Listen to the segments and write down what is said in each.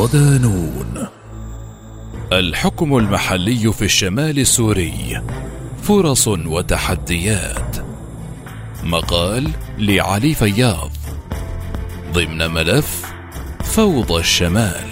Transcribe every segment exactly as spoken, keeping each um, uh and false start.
صدانون. الحكم المحلي في الشمال السوري، فرص وتحديات. مقال لعلي فياض ضمن ملف فوضى الشمال.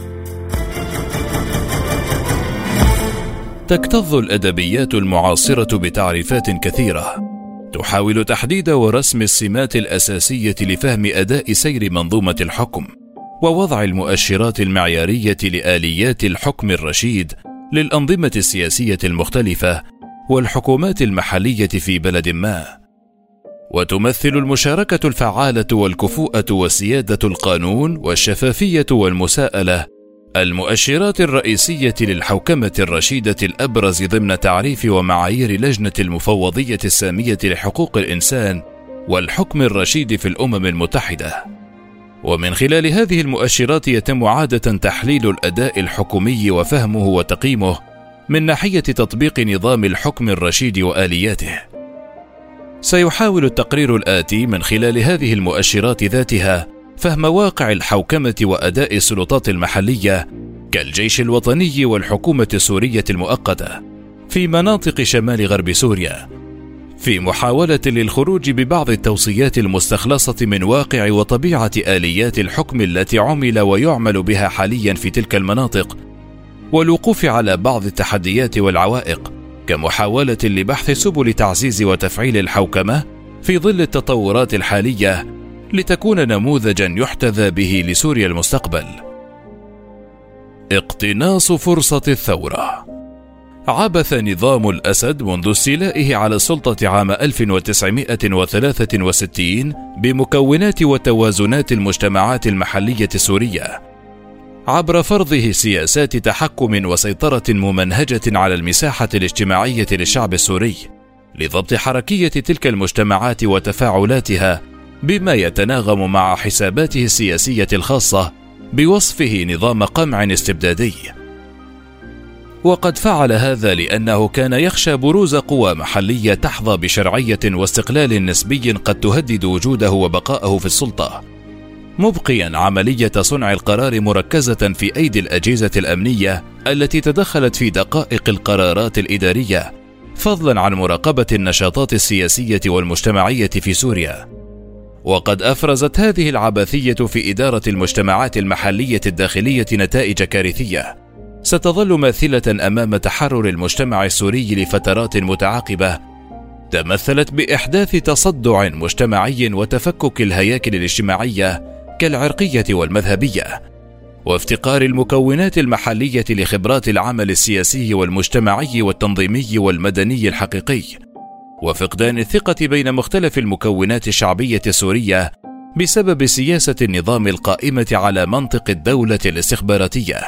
تكتظ الأدبيات المعاصرة بتعريفات كثيرة تحاول تحديد ورسم السمات الأساسية لفهم أداء سير منظومة الحكم، ووضع المؤشرات المعيارية لآليات الحكم الرشيد للأنظمة السياسية المختلفة والحكومات المحلية في بلد ما. وتمثل المشاركة الفعالة والكفوءة وسيادة القانون والشفافية والمساءلة المؤشرات الرئيسية للحوكمة الرشيدة الأبرز ضمن تعريف ومعايير لجنة المفوضية السامية لحقوق الإنسان والحكم الرشيد في الأمم المتحدة. ومن خلال هذه المؤشرات يتم عادة تحليل الأداء الحكومي وفهمه وتقييمه من ناحية تطبيق نظام الحكم الرشيد وآلياته. سيحاول التقرير الآتي من خلال هذه المؤشرات ذاتها فهم واقع الحوكمة وأداء السلطات المحلية كالجيش الوطني والحكومة السورية المؤقتة في مناطق شمال غرب سوريا، في محاولة للخروج ببعض التوصيات المستخلصة من واقع وطبيعة آليات الحكم التي عمل ويعمل بها حاليا في تلك المناطق، والوقوف على بعض التحديات والعوائق كمحاولة لبحث سبل تعزيز وتفعيل الحوكمة في ظل التطورات الحالية لتكون نموذجا يحتذى به لسوريا المستقبل. اقتناص فرصة الثورة. عبث نظام الأسد منذ استيلائه على السلطة عام ألف وتسعمائة وثلاثة وستين بمكونات وتوازنات المجتمعات المحلية السورية عبر فرضه سياسات تحكم وسيطرة ممنهجة على المساحة الاجتماعية للشعب السوري لضبط حركية تلك المجتمعات وتفاعلاتها بما يتناغم مع حساباته السياسية الخاصة بوصفه نظام قمع استبدادي. وقد فعل هذا لأنه كان يخشى بروز قوى محلية تحظى بشرعية واستقلال نسبي قد تهدد وجوده وبقاءه في السلطة، مبقيا عملية صنع القرار مركزة في أيدي الأجهزة الأمنية التي تدخلت في دقائق القرارات الإدارية، فضلا عن مراقبة النشاطات السياسية والمجتمعية في سوريا. وقد أفرزت هذه العبثية في إدارة المجتمعات المحلية الداخلية نتائج كارثية ستظل ماثلة أمام تحرر المجتمع السوري لفترات متعاقبة تمثلت بإحداث تصدع مجتمعي وتفكك الهياكل الاجتماعية كالعرقية والمذهبية، وافتقار المكونات المحلية لخبرات العمل السياسي والمجتمعي والتنظيمي والمدني الحقيقي، وفقدان الثقة بين مختلف المكونات الشعبية السورية بسبب سياسة النظام القائمة على منطق الدولة الاستخباراتية.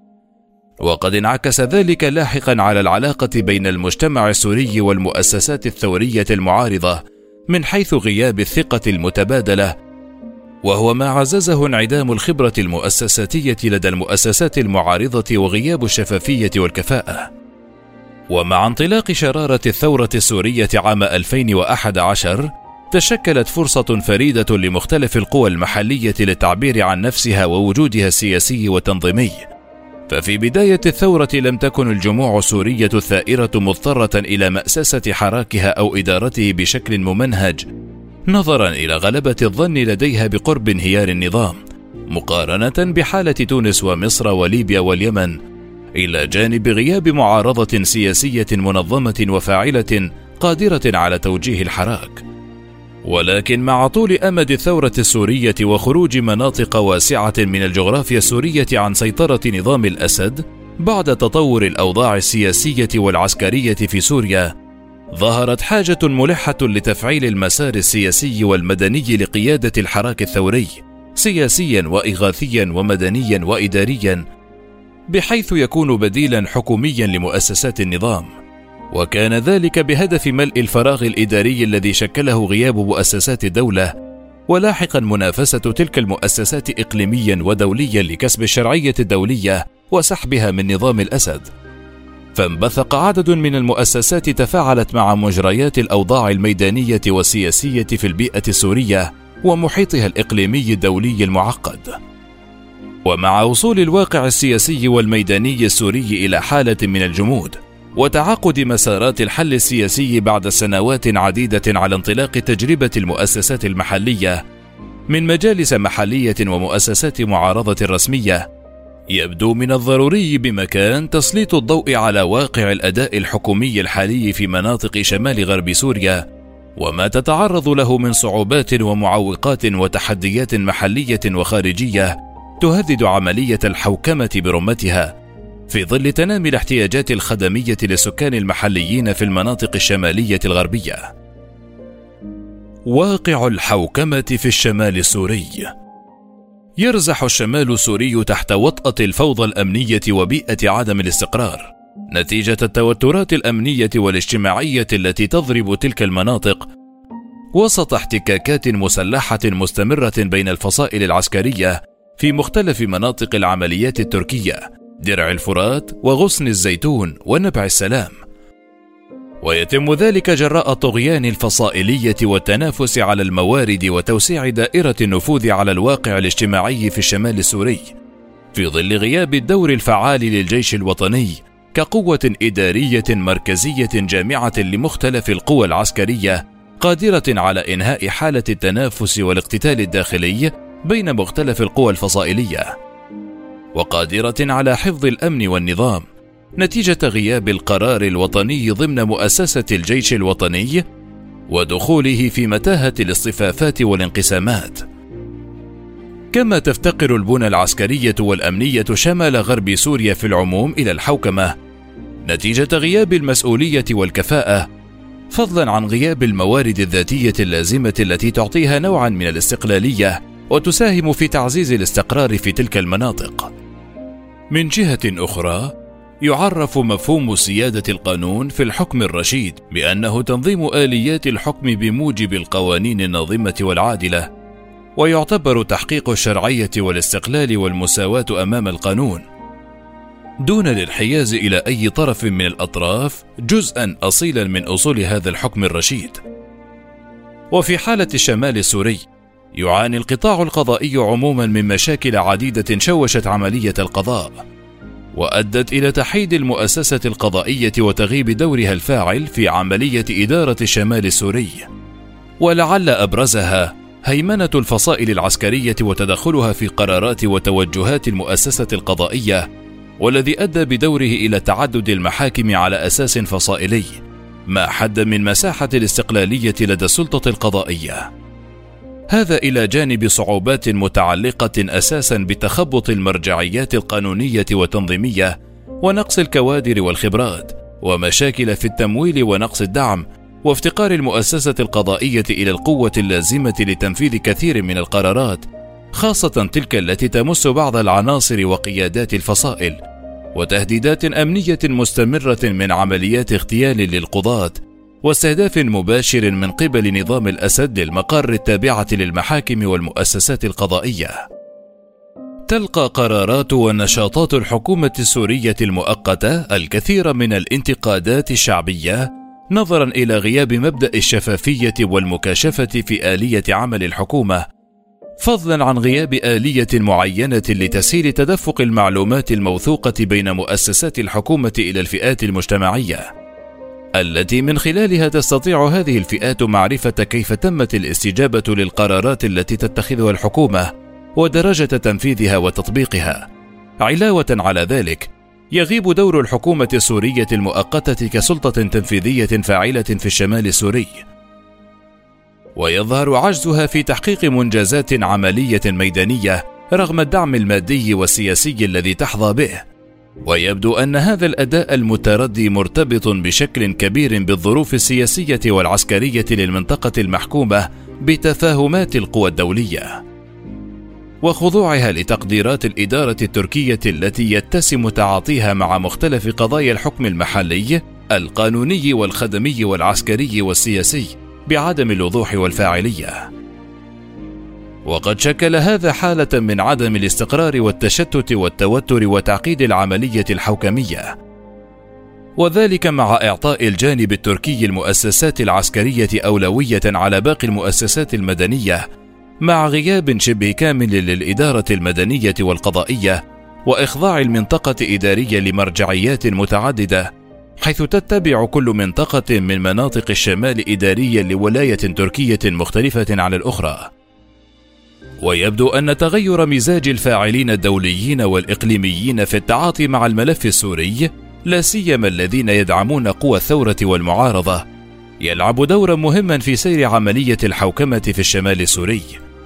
وقد انعكس ذلك لاحقا على العلاقة بين المجتمع السوري والمؤسسات الثورية المعارضة من حيث غياب الثقة المتبادلة، وهو ما عززه انعدام الخبرة المؤسساتية لدى المؤسسات المعارضة وغياب الشفافية والكفاءة. ومع انطلاق شرارة الثورة السورية عام ألفين وأحد عشر تشكلت فرصة فريدة لمختلف القوى المحلية للتعبير عن نفسها ووجودها السياسي والتنظيمي. ففي بداية الثورة لم تكن الجموع السورية الثائرة مضطرة إلى مأسسة حراكها أو إدارته بشكل ممنهج نظرا إلى غلبة الظن لديها بقرب انهيار النظام، مقارنة بحالة تونس ومصر وليبيا واليمن، إلى جانب غياب معارضة سياسية منظمة وفاعلة قادرة على توجيه الحراك. ولكن مع طول أمد الثورة السورية وخروج مناطق واسعة من الجغرافيا السورية عن سيطرة نظام الأسد بعد تطور الأوضاع السياسية والعسكرية في سوريا، ظهرت حاجة ملحة لتفعيل المسار السياسي والمدني لقيادة الحراك الثوري سياسيا وإغاثيا ومدنيا وإداريا، بحيث يكون بديلا حكوميا لمؤسسات النظام. وكان ذلك بهدف ملء الفراغ الإداري الذي شكله غياب مؤسسات الدولة، ولاحقا منافسة تلك المؤسسات إقليميا ودوليا لكسب الشرعية الدولية وسحبها من نظام الأسد. فانبثق عدد من المؤسسات تفاعلت مع مجريات الأوضاع الميدانية والسياسية في البيئة السورية ومحيطها الإقليمي الدولي المعقد. ومع وصول الواقع السياسي والميداني السوري إلى حالة من الجمود وتعاقد مسارات الحل السياسي بعد سنوات عديدة على انطلاق تجربة المؤسسات المحلية من مجالس محلية ومؤسسات معارضة رسمية، يبدو من الضروري بمكان تسليط الضوء على واقع الأداء الحكومي الحالي في مناطق شمال غرب سوريا، وما تتعرض له من صعوبات ومعوقات وتحديات محلية وخارجية تهدد عملية الحوكمة برمتها في ظل تنامي الاحتياجات الخدمية للسكان المحليين في المناطق الشمالية الغربية. واقع الحوكمة في الشمال السوري. يرزح الشمال السوري تحت وطأة الفوضى الأمنية وبيئة عدم الاستقرار نتيجة التوترات الأمنية والاجتماعية التي تضرب تلك المناطق، وسط احتكاكات مسلحة مستمرة بين الفصائل العسكرية في مختلف مناطق العمليات التركية، درع الفرات وغصن الزيتون ونبع السلام. ويتم ذلك جراء طغيان الفصائلية والتنافس على الموارد وتوسيع دائرة النفوذ على الواقع الاجتماعي في الشمال السوري، في ظل غياب الدور الفعال للجيش الوطني كقوة إدارية مركزية جامعة لمختلف القوى العسكرية قادرة على إنهاء حالة التنافس والاقتتال الداخلي بين مختلف القوى الفصائلية، وقادرة على حفظ الأمن والنظام نتيجة غياب القرار الوطني ضمن مؤسسة الجيش الوطني ودخوله في متاهة الاصطفافات والانقسامات. كما تفتقر البنى العسكرية والأمنية شمال غرب سوريا في العموم إلى الحوكمة نتيجة غياب المسؤولية والكفاءة، فضلا عن غياب الموارد الذاتية اللازمة التي تعطيها نوعا من الاستقلالية وتساهم في تعزيز الاستقرار في تلك المناطق. من جهة أخرى، يعرف مفهوم سيادة القانون في الحكم الرشيد بأنه تنظيم آليات الحكم بموجب القوانين الناظمة والعادلة، ويعتبر تحقيق الشرعية والاستقلال والمساواة أمام القانون دون الانحياز إلى أي طرف من الأطراف جزءا أصيلا من أصول هذا الحكم الرشيد. وفي حالة الشمال السوري، يعاني القطاع القضائي عموما من مشاكل عديدة شوشت عملية القضاء وأدت إلى تحييد المؤسسة القضائية وتغيب دورها الفاعل في عملية إدارة الشمال السوري، ولعل أبرزها هيمنة الفصائل العسكرية وتدخلها في قرارات وتوجهات المؤسسة القضائية، والذي أدى بدوره إلى تعدد المحاكم على أساس فصائلي، ما حد من مساحة الاستقلالية لدى السلطة القضائية. هذا إلى جانب صعوبات متعلقة أساسا بتخبط المرجعيات القانونية والتنظيمية ونقص الكوادر والخبرات، ومشاكل في التمويل ونقص الدعم، وافتقار المؤسسة القضائية إلى القوة اللازمة لتنفيذ كثير من القرارات، خاصة تلك التي تمس بعض العناصر وقيادات الفصائل، وتهديدات أمنية مستمرة من عمليات اغتيال للقضاة واستهداف مباشر من قبل نظام الأسد للمقار التابعة للمحاكم والمؤسسات القضائية. تلقى قرارات ونشاطات الحكومة السورية المؤقتة الكثير من الانتقادات الشعبية نظرا إلى غياب مبدأ الشفافية والمكاشفة في آلية عمل الحكومة، فضلا عن غياب آلية معينة لتسهيل تدفق المعلومات الموثوقة بين مؤسسات الحكومة إلى الفئات المجتمعية، التي من خلالها تستطيع هذه الفئات معرفة كيف تمت الاستجابة للقرارات التي تتخذها الحكومة ودرجة تنفيذها وتطبيقها. علاوة على ذلك، يغيب دور الحكومة السورية المؤقتة كسلطة تنفيذية فاعلة في الشمال السوري، ويظهر عجزها في تحقيق منجزات عملية ميدانية رغم الدعم المادي والسياسي الذي تحظى به. ويبدو أن هذا الأداء المتردي مرتبط بشكل كبير بالظروف السياسية والعسكرية للمنطقة المحكومة بتفاهمات القوى الدولية وخضوعها لتقديرات الإدارة التركية التي يتسم تعاطيها مع مختلف قضايا الحكم المحلي القانوني والخدمي والعسكري والسياسي بعدم الوضوح والفاعلية. وقد شكل هذا حالة من عدم الاستقرار والتشتت والتوتر وتعقيد العملية الحوكمية، وذلك مع إعطاء الجانب التركي المؤسسات العسكرية أولوية على باقي المؤسسات المدنية، مع غياب شبه كامل للإدارة المدنية والقضائية، وإخضاع المنطقة إدارية لمرجعيات متعددة، حيث تتبع كل منطقة من مناطق الشمال إداريا لولاية تركية مختلفة عن الأخرى. ويبدو أن تغير مزاج الفاعلين الدوليين والإقليميين في التعاطي مع الملف السوري، لا سيما الذين يدعمون قوى الثورة والمعارضة، يلعب دورا مهما في سير عملية الحوكمة في الشمال السوري.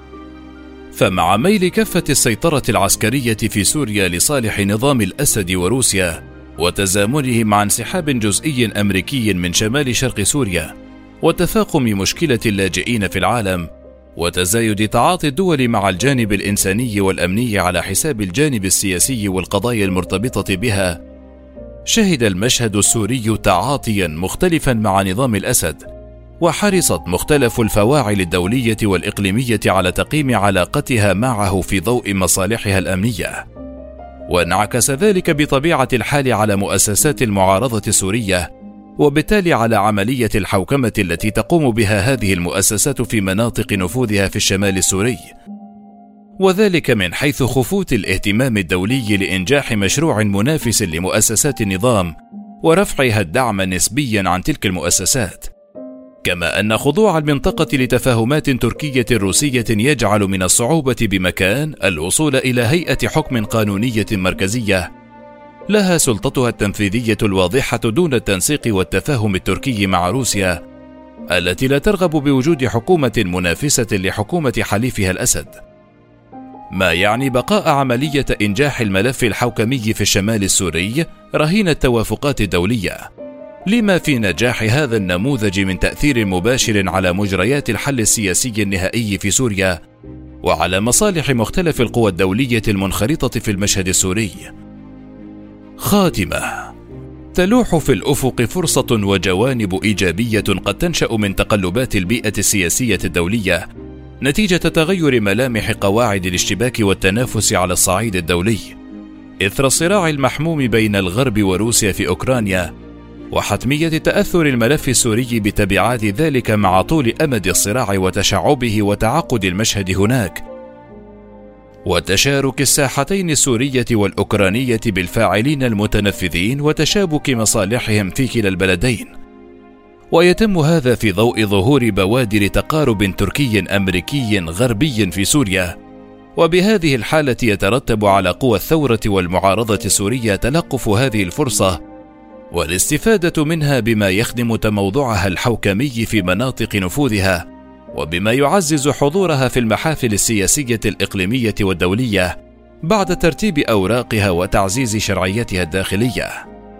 فمع ميل كفة السيطرة العسكرية في سوريا لصالح نظام الأسد وروسيا، وتزامنه مع انسحاب جزئي أمريكي من شمال شرق سوريا، وتفاقم مشكلة اللاجئين في العالم، وتزايد تعاطي الدول مع الجانب الإنساني والأمني على حساب الجانب السياسي والقضايا المرتبطة بها، شهد المشهد السوري تعاطيا مختلفا مع نظام الأسد، وحرصت مختلف الفواعل الدولية والإقليمية على تقييم علاقتها معه في ضوء مصالحها الأمنية. وانعكس ذلك بطبيعة الحال على مؤسسات المعارضة السورية، وبالتالي على عملية الحوكمة التي تقوم بها هذه المؤسسات في مناطق نفوذها في الشمال السوري، وذلك من حيث خفوت الاهتمام الدولي لإنجاح مشروع منافس لمؤسسات النظام ورفعها الدعم نسبيا عن تلك المؤسسات، كما أن خضوع المنطقة لتفاهمات تركية روسية يجعل من الصعوبة بمكان الوصول إلى هيئة حكم قانونية مركزية لها سلطتها التنفيذية الواضحة دون التنسيق والتفاهم التركي مع روسيا، التي لا ترغب بوجود حكومة منافسة لحكومة حليفها الأسد، ما يعني بقاء عملية إنجاح الملف الحوكمي في الشمال السوري رهين التوافقات الدولية، لما في نجاح هذا النموذج من تأثير مباشر على مجريات الحل السياسي النهائي في سوريا، وعلى مصالح مختلف القوى الدولية المنخرطة في المشهد السوري. خاتمة: تلوح في الأفق فرصة وجوانب إيجابية قد تنشأ من تقلبات البيئة السياسية الدولية نتيجة تغير ملامح قواعد الاشتباك والتنافس على الصعيد الدولي، إثر الصراع المحموم بين الغرب وروسيا في أوكرانيا، وحتمية تأثر الملف السوري بتبعات ذلك مع طول أمد الصراع وتشعبه وتعقد المشهد هناك، وتشارك الساحتين السورية والأوكرانية بالفاعلين المتنفذين وتشابك مصالحهم في كلا البلدين. ويتم هذا في ضوء ظهور بوادر تقارب تركي أمريكي غربي في سوريا، وبهذه الحالة يترتب على قوى الثورة والمعارضة السورية تلقف هذه الفرصة والاستفادة منها بما يخدم تموضعها الحوكمي في مناطق نفوذها، وبما يعزز حضورها في المحافل السياسية الإقليمية والدولية بعد ترتيب أوراقها وتعزيز شرعيتها الداخلية.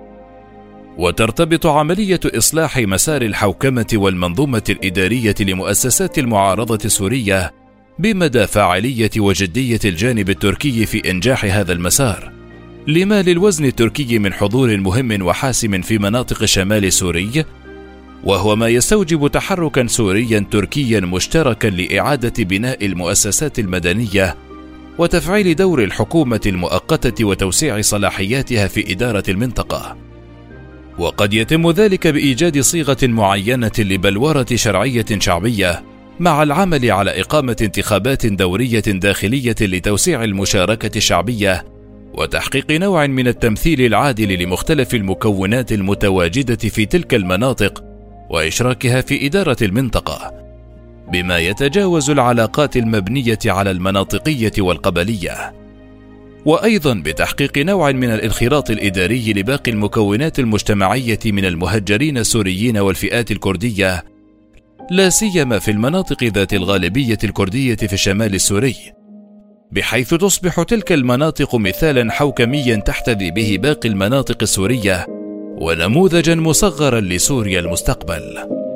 وترتبط عملية إصلاح مسار الحوكمة والمنظومة الإدارية لمؤسسات المعارضة السورية بمدى فاعلية وجدية الجانب التركي في إنجاح هذا المسار، لما للوزن التركي من حضور مهم وحاسم في مناطق الشمال السوري، وهو ما يستوجب تحركا سوريا تركيا مشتركا لإعادة بناء المؤسسات المدنية وتفعيل دور الحكومة المؤقتة وتوسيع صلاحياتها في إدارة المنطقة. وقد يتم ذلك بإيجاد صيغة معينة لبلورة شرعية شعبية، مع العمل على إقامة انتخابات دورية داخلية لتوسيع المشاركة الشعبية وتحقيق نوع من التمثيل العادل لمختلف المكونات المتواجدة في تلك المناطق وإشراكها في إدارة المنطقة، بما يتجاوز العلاقات المبنية على المناطقية والقبلية، وأيضا بتحقيق نوع من الانخراط الإداري لباقي المكونات المجتمعية من المهجرين السوريين والفئات الكردية، لا سيما في المناطق ذات الغالبية الكردية في الشمال السوري، بحيث تصبح تلك المناطق مثالا حوكميا تحتذي به باقي المناطق السورية ونموذجا مصغرا لسوريا المستقبل.